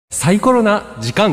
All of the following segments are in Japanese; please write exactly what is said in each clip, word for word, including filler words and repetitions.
サイコロな時間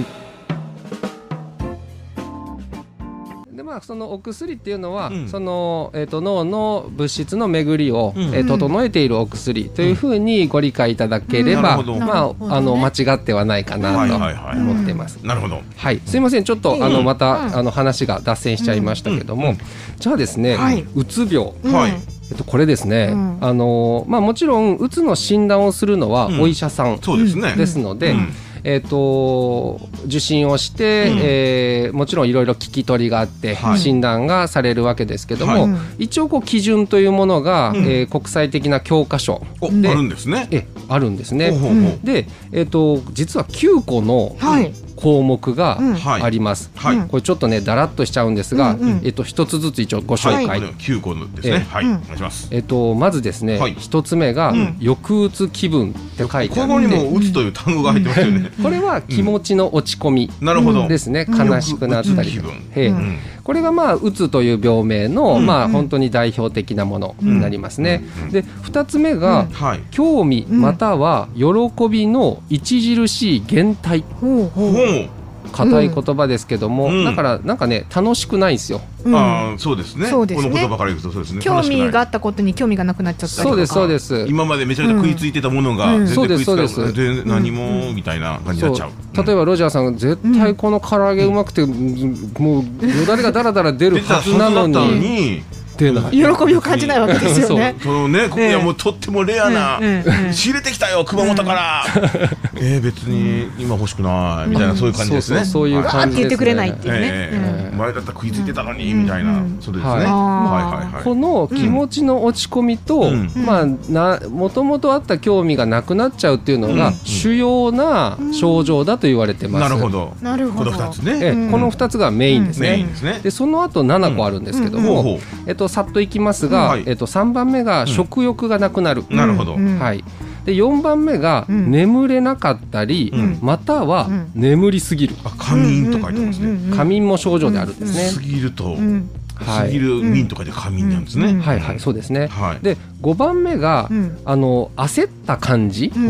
で、まあ、そのお薬っていうのは、うん、そのえー、と脳の物質の巡りを、うんえー、整えているお薬というふうにご理解いただければ、うんまあ、あの間違ってはないかなと思っています。 なるほど、 はい、すいませんちょっと、うん、あのまた、うん、あの話が脱線しちゃいましたけども、うん、じゃあですね、はい、うつ病、はいえっと、これですね、うんあのまあ、もちろんうつの診断をするのはお医者さん、うん、そうですね、ですので、うんえー、と受診をして、うんえー、もちろんいろいろ聞き取りがあって、はい、診断がされるわけですけども、はい、一応こう基準というものが、うんえー、国際的な教科書であるんですね。 えあるんですね。 ほうほうほうで、えー、と実はきゅうこの項目があります、はいはい、これちょっとねだらっとしちゃうんですが、うんうんえー、と一つずつ一応ご紹介、 はい、きゅうこですね、えーはい、お願いします。 えー、とまずですね、はい、一つ目が、うん、抑うつ気分って書いてあって、 ここにもうつという単語が入ってますよねこれは気持ちの落ち込みですね、うん、悲しくなったりとか、うん、これがまあうつという病名の、うんまあ、本当に代表的なものになりますね、うんうん、でふたつめが、うんはい、興味または喜びの著しい減退、うん、硬い言葉ですけども、うん、だからなんかね楽しくないんですよ、 うん、あそうですね、そうですね、この言葉から言うとそうですね、 興味があったことに興味がなくなっちゃったりとか、 そうですそうです、 今までめちゃめちゃ食いついてたものが全然食いつかなくて何もみたいな感じになっちゃう、 うん、例えばロジャーさんが絶対この唐揚げうまくて、うん、もうよだれがだらだら出るはずなのに喜びを感じないわけですよね。 そのね、ここにはもうとってもレアな、ええええ、仕入れてきたよ熊本から、えー、別に今欲しくないみたいな、そういう感じですね。 そういう感じですね。 って言ってくれないっていうね、 えー、前だったら食いついてたのにみたいな、そうですね、はいはいはい、 この気持ちの落ち込みと、うん、まあなもともとあった興味がなくなっちゃうっていうのが、うん、主要な症状だと言われてます、 うん、なるほど、 なるほど、 このふたつね、 えこのふたつがメインですね、 メインですね。 でその後ななこあるんですけども、うんうん、えっとさっといきますが、はいえっと、さんばんめが食欲がなくなる、 うん、なるほど、 はい、でよんばんめが眠れなかったり、うん、または眠りすぎる、 あ仮眠と書いてますね。 仮眠も症状であるんですね。 すぎると、うんはい、すぎる眠と書いて仮眠なんですね、うん、 はいはいそうですね、はい、でごばんめが、うん、あの焦った感じ、うん、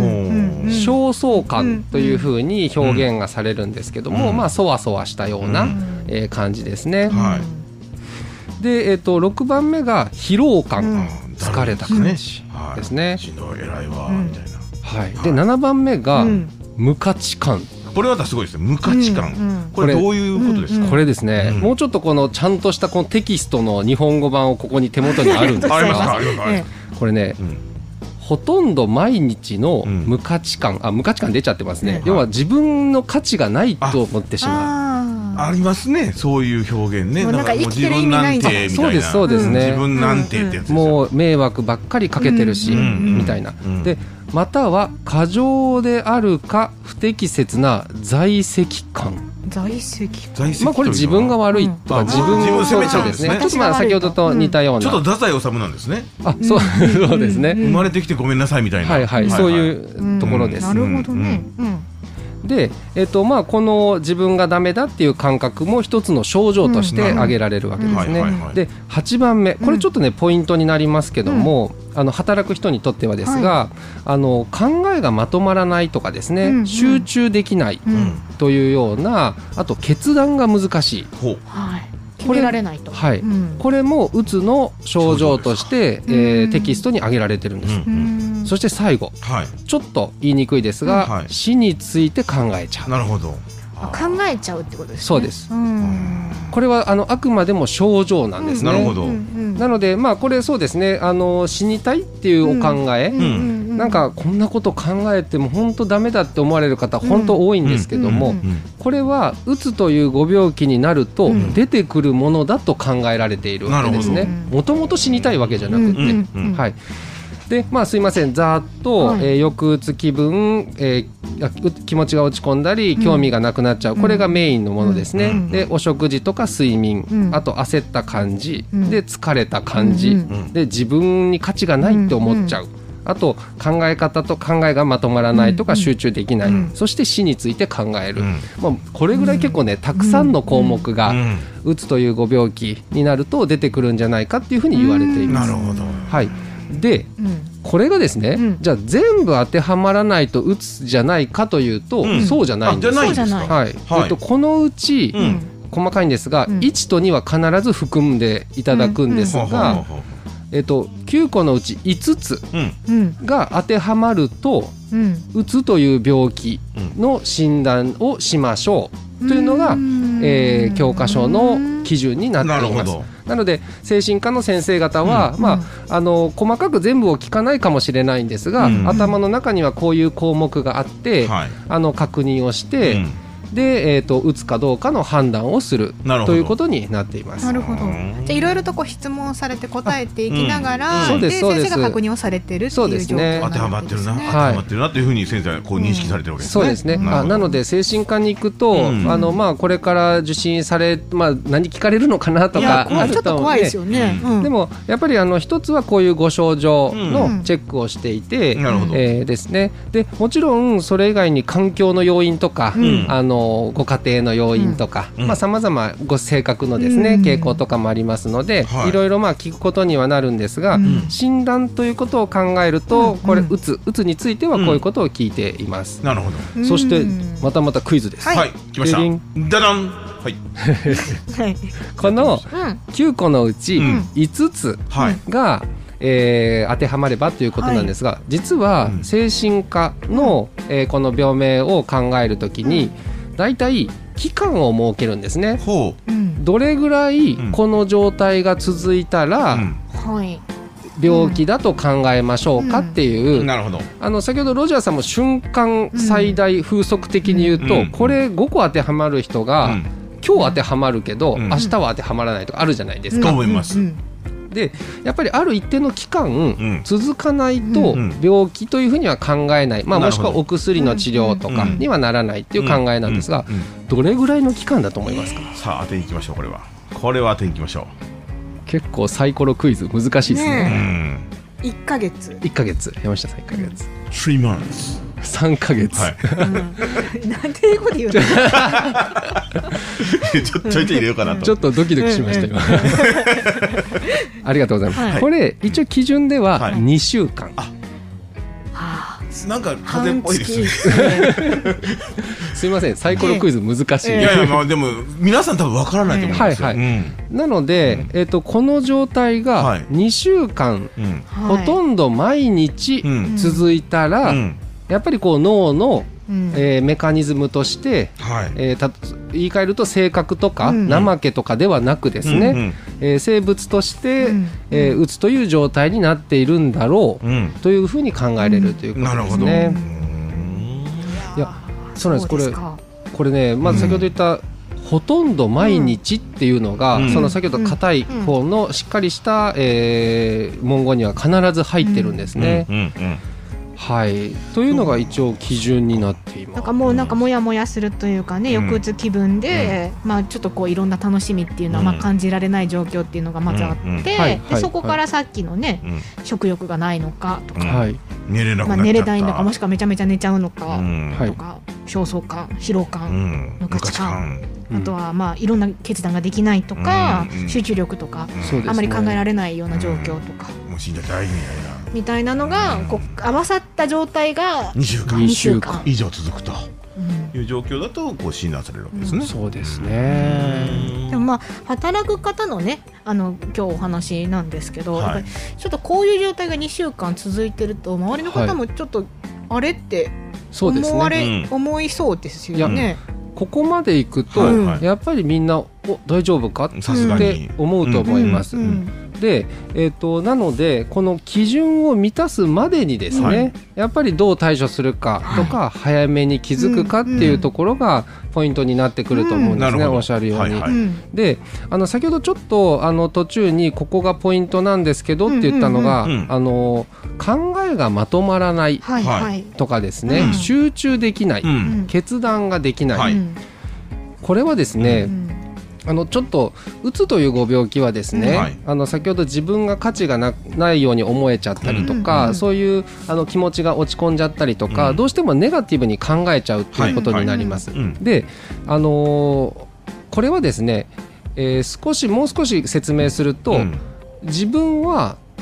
焦燥感というふうに表現がされるんですけども、うんまあ、そわそわしたような、うんえー、感じですね、はいでえー、とろくばんめが疲労感、うん、疲れた感じですね、 しんどい偉いわみたいな、 はい、でななばんめが、うん、無価値観、 これはすごいですね、無価値観、うんうん、これどういうことですか。 これ, これですね、うん、もうちょっとこのちゃんとしたこのテキストの日本語版をここに手元にあるんですがこれね、うん、ほとんど毎日の無価値観、あ無価値観出ちゃってますね、うん、要は自分の価値がないと思ってしまう、 ありますね、そういう表現ね。 なんか生きてる意味ないんだ。 そうですそうですね、 自分なんてってやつですよ。 もう迷惑ばっかりかけてるし、うん、みたいな、うん、でまたは過剰であるか不適切な在籍感、 在籍感、 まあ、これ自分が悪いとか、うん、自分を責めちゃうんですね。ちょっとまあ先ほどと似たような、 うん、ちょっと太宰治なんですね。 あ、そう、そうですね、 生まれてきてごめんなさいみたいな、 はいはい、はいはい、そういうところです、 うん、なるほどね、うんでえっとまあ、この自分がダメだっていう感覚も一つの症状として挙げられるわけですね。ではちばんめ、これちょっとね、うん、ポイントになりますけども、うん、あの働く人にとってはですが、はい、あの考えがまとまらないとかですね、うんうん、集中できないというような、あと決断が難しい、 うんはい、決められないと、 はいうん、これもうつの症状として、えー、テキストに挙げられてるんです、うんうん、そして最後、はい、ちょっと言いにくいですが、はい、死について考えちゃう。 なるほど、 考えちゃうってことですね。 そうです。これはあのあくまでも症状なんですね、 うん、なるほど、 なので、まあ、これそうですね、あの死にたいっていうお考え、うん、なんかこんなこと考えても本当ダメだって思われる方本当多いんですけども、これはうつというご病気になると出てくるものだと考えられているわけですね。もともと死にたいわけじゃなくて、はい。でまあ、すいません、ざーっと、はい、えー、抑うつ気分、えー、気持ちが落ち込んだり興味がなくなっちゃう、うん、これがメインのものですね、うん、でお食事とか睡眠、うん、あと焦った感じ、うん、で疲れた感じ、うん、で自分に価値がないって思っちゃう、うん、あと考え方と考えがまとまらないとか集中できない、うん、そして死について考える、うんまあ、これぐらい結構ねたくさんの項目がうつというご病気になると出てくるんじゃないかっていうふうに言われています。 なるほど、 はい。で、うん、 これがですね、 うん、 じゃあ全部当てはまらないとうつじゃないかというと、うん、そうじゃないんです。 そうじゃない。 はい、はい、えっと、このうち、うん、細かいんですが、うん、いちとには必ず含んでいただくんですが、うんうん、えっと、きゅうこのうちいつつが当てはまると、うん、うつという病気の診断をしましょうというのが、うん、えー、教科書の基準になっています。なので精神科の先生方は、うん、まあ、あの細かく全部を聞かないかもしれないんですが、うん、頭の中にはこういう項目があって、はい、あの確認をして、うん、で、えーと、打つかどうかの判断をするということになっています。 なるほど。じゃあいろいろとこう質問されて答えていきながら、うん、で先生が確認をされてるっていう状況なんですね。 当てはまってるな、当てはまってるなというふうに先生はこう認識されてるわけですね。 そうですね。あ、なので精神科に行くと、うん、あのまあ、これから受診され、まあ、何聞かれるのかなとかあると、ね、 ちょっと怖いですよね。うん、 でもやっぱりあの一つはこういうご症状のチェックをしていて、うん、えー、ですね。でもちろんそれ以外に環境の要因とか、うん、あのご家庭の要因とか、うん、まあ、様々ご性格のですね、うん、傾向とかもありますので、はい、いろいろまあ聞くことにはなるんですが、うん、診断ということを考えると、うん、これうつうつについてはこういうことを聞いています。 うん、なるほど。 そしてまたまたクイズです。 はい、来ました。ダダン。はい、 このきゅうこのうちいつつが、えー、当てはまればということなんですが、はい、実は精神科の、えー、この病名を考えるときに、うん、だいたい期間を設けるんですね。ほう、どれぐらいこの状態が続いたら、うん、病気だと考えましょうかっていう、うん、なるほど。あの先ほどロジャーさんも瞬間最大風速的に言うと、うん、これごこ当てはまる人が、うん、今日当てはまるけど、うん、明日は当てはまらないとかあるじゃないですか。 と思います。 でやっぱりある一定の期間続かないと病気というふうには考えない、まあ、もしくはお薬の治療とかにはならないっていう考えなんですが、どれぐらいの期間だと思いますか？ さあ当てに行きましょう。これはこれは当てに行きましょう。結構サイコロクイズ難しいですね。 ねいっかげついっかげつ山下さんいっかげつ、 うん、さん months さんかげつ、 はい、うん、なんて英語で言うのちょ, ちょいちょい入れようかなとちょっとドキドキしました今ありがとうございます、はい、これ一応基準ではにしゅうかん、はい、 あなんか風邪っぽいですねすいませんサイコロクイズ難しい、 えー、いやいやまあでも皆さん多分わからないと思うんですよ、 はいはい、うん、なので、うん、えーと、この状態がにしゅうかん、はい、ほとんど毎日続いたら、うんうん、やっぱりこう脳の、うんえー、メカニズムとして、はいえー、た言い換えると性格とか、うん、怠けとかではなくですね、うんうんえー、生物として、うんえー、うつという状態になっているんだろう、うん、というふうに考えれるということですね、うん、いやそうなんです。これ、これね、まず先ほど言った、うんほとんど毎日っていうのが、うん、その先ほど硬い方のしっかりした、えー、文言には必ず入ってるんですね、うんうんうんはい、というのが一応基準になっています。 なんかもうなんかモヤモヤするというかね、抑うつ気分で、うんまあ、ちょっとこういろんな楽しみっていうのはまあ感じられない状況っていうのがまずあって、うんうんでそこからさっきのね、はい、食欲がないのかとか、はい寝れなくなっちゃった、 まあ、寝れないのかもしくはめちゃめちゃ寝ちゃうのかとか、うん、焦燥感疲労感、うん、無価値観、うん、あとはまあいろんな決断ができないとか、うん、集中力とか、うん、あまり考えられないような状況とか、 うん、もう死んじゃったみたいなみたいなのがこう合わさった状態がにしゅうかん、にしゅうかん以上続くという状況だとこう診断されるわけですね、うん、 そうですね。 でもまあ働く方のねあの今日お話なんですけど、はい、やっぱりちょっとこういう状態がにしゅうかん続いてると周りの方もちょっと、はい、あれって思われ、そうですね、思いそうですよね。 ここまでいくと、はいはい、やっぱりみんなお大丈夫かって思うと思います、うんうんうんでえー、となのでこの基準を満たすまでにですね、はい、やっぱりどう対処するかとか、はい、早めに気づくかっていうところがポイントになってくると思うんですね、うん、おっしゃるように、はいはい、であの先ほどちょっとあの途中にここがポイントなんですけどって言ったのが、うんうんうん、あの考えがまとまらないとかですね、はいはい、集中できない、うん、決断ができない、はい、これはですね、うんあのちょっとうつというご病気はですね、はい、あの先ほど自分が価値が な, ないように思えちゃったりとか、うん、そういうあの気持ちが落ち込んじゃったりとか、うん、どうしてもネガティブに考えちゃうということになります、はいはい、で、あのー、これはですね、えー、少しもう少し説明すると、うん、自分は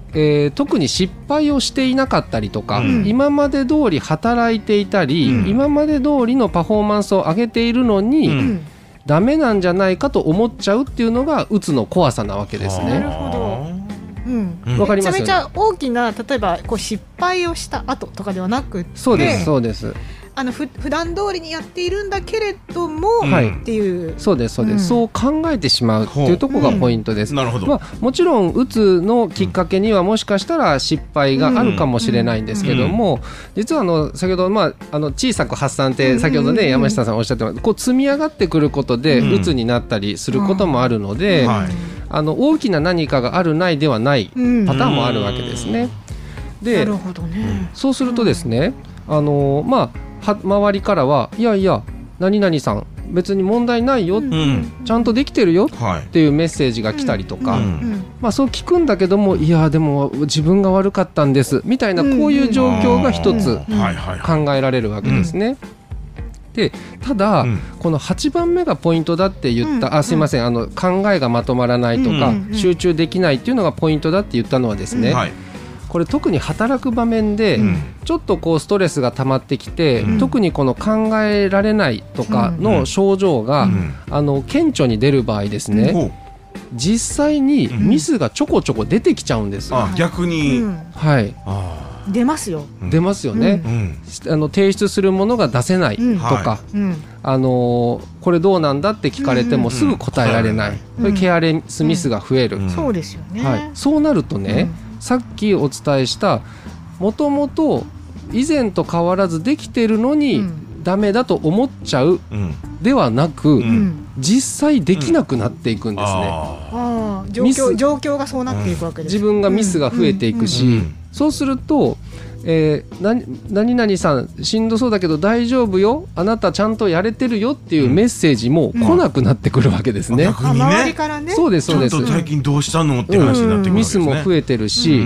えー、特に失敗をしていなかったりとか、うん、今まで通り働いていたり、うん、今まで通りのパフォーマンスを上げているのに、うん、ダメなんじゃないかと思っちゃうっていうのがうつの怖さなわけですね。 なるほど、うん、 わかります？ めちゃめちゃ大きな、例えばこう失敗をした後とかではなくて、 そうですそうです。 あのふ普段通りにやっているんだけれども、はい、っていうそうですそうです、うん、そう考えてしまうっていうところがポイントです、 うん、なるほど。 まあ、もちろんうつのきっかけにはもしかしたら失敗があるかもしれないんですけども、うんうん、実はあの先ほど、まあ、あの小さく発散って先ほどね、うんうん、山下さんおっしゃってました、こう積み上がってくることでうつになったりすることもあるので、うんはい、あの大きな何かがあるないではないパターンもあるわけですね、うん、で、 なるほどね。 そうするとですね、あのまあ周りからはいやいや何々さん別に問題ないよ、うん、ちゃんとできてるよっていうメッセージが来たりとか、うんまあ、そう聞くんだけども、いやでも自分が悪かったんですみたいな、こういう状況が一つ考えられるわけですね。でただ、うん、このはちばんめがポイントだって言った、うん、あすいません、あの考えがまとまらないとか、うん、集中できないっていうのがポイントだって言ったのはですね、うんはい、これ特に働く場面でちょっとこうストレスが溜まってきて、うん、特にこの考えられないとかの症状が、うん、あの顕著に出る場合ですね、うん、実際にミスがちょこちょこ出てきちゃうんですよ、 うん、あ逆に、 うん、はいあ出ますよ出ますよね、うん、あの提出するものが出せないとか、うんはい、あのこれどうなんだって聞かれてもすぐ答えられない、うんうん、ケアレスミスが増える、うん、 そうですよね、 はい、そうなるとね、うん、さっきお伝えしたもともと以前と変わらずできてるのに、うん、ダメだと思っちゃう、うん、ではなく、うん、実際できなくなっていくんですね、うん、 あ状況、状況がそうなっていくわけです、 自分がミスが増えていくし、うんうんうん、そうすると、えー、な何々さんしんどそうだけど大丈夫よ、あなたちゃんとやれてるよっていうメッセージも来なくなってくるわけですね、 うん、逆にね、 周りからね、 そうですそうです、 ちょっと最近どうしたのって話になってくるわけですね、 ミスも増えてるし、うん、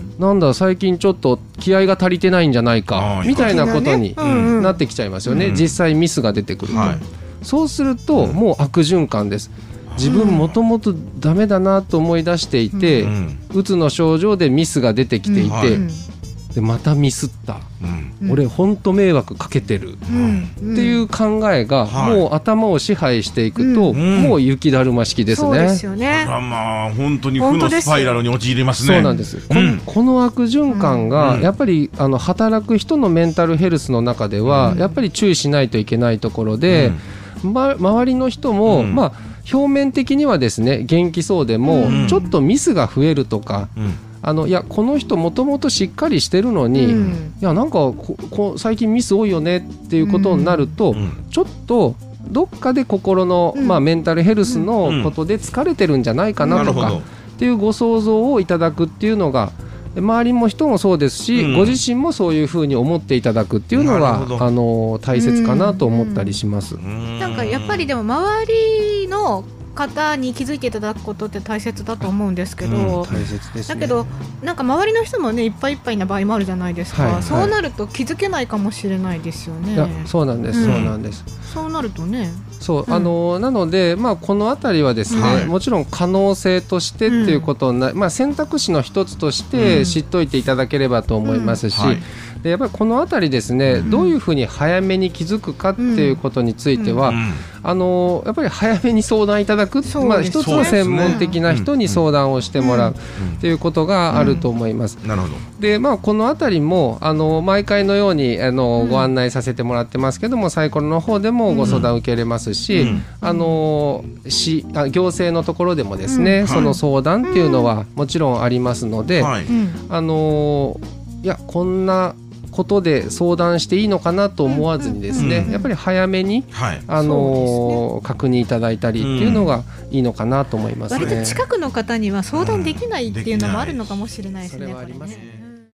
なんだ最近ちょっと気合が足りてないんじゃないかみたいなことになってきちゃいますよね、うん、実際ミスが出てくると、はい、そうするともう悪循環です。自分もともとダメだなと思い出していて、うん、うつの症状でミスが出てきていて、うんはい、でまたミスった、うん、俺ほんと迷惑かけてる、うん、っていう考えがもう頭を支配していくと、うん、もう雪だるま式ですね、そうですよね。 あらまあ本当に負のスパイラルに陥りますね。 そうなんです、うん、こ, この悪循環がやっぱりあの働く人のメンタルヘルスの中ではやっぱり注意しないといけないところで、うんま、周りの人も、うんまあ表面的にはですね元気そうでも、うん、ちょっとミスが増えるとか、うん、あのいやこの人もともとしっかりしてるのに、うん、いやなんかここ最近ミス多いよねっていうことになると、うん、ちょっとどっかで心の、うんまあ、メンタルヘルスのことで疲れてるんじゃないかなとか、うん、っていうご想像をいただくっていうのが周りも人もそうですし、うん、ご自身もそういうふうに思っていただくっていうのがあの大切かなと思ったりします。 なんかやっぱりでも周りの方に気づいていただくことって大切だと思うんですけど、うん、 大切ですね。 だけどなんか周りの人もねいっぱいいっぱいな場合もあるじゃないですか、はいはい、そうなると気づけないかもしれないですよね。 いやそうなんです、うん、そうなんです。 そうなるとねそう、うん、あのなので、まあ、このあたりはですね、はい、もちろん可能性としてっていうことな、うんまあ、選択肢の一つとして知っといていただければと思いますし、うんはいでやっぱりこのあたりですね、うん、どういうふうに早めに気づくかっていうことについては、うん、あのやっぱり早めに相談いただく、うんまあ、一つの専門的な人に相談をしてもらうっていうことがあると思います。 なるほど。 で、まあ、このあたりもあの毎回のようにあのご案内させてもらってますけども、サイコロの方でもご相談受けれますし、うん、あの市あ行政のところでもですね、うん、その相談っていうのはもちろんありますので、はい、あのいやこんなことで相談していいのかなと思わずにですね、うんうん、やっぱり早めに、はいあのーね、確認いただいたりっていうのがいいのかなと思いますね。 割と近くの方には相談できないっていうのもあるのかもしれないですね。 それはありますね。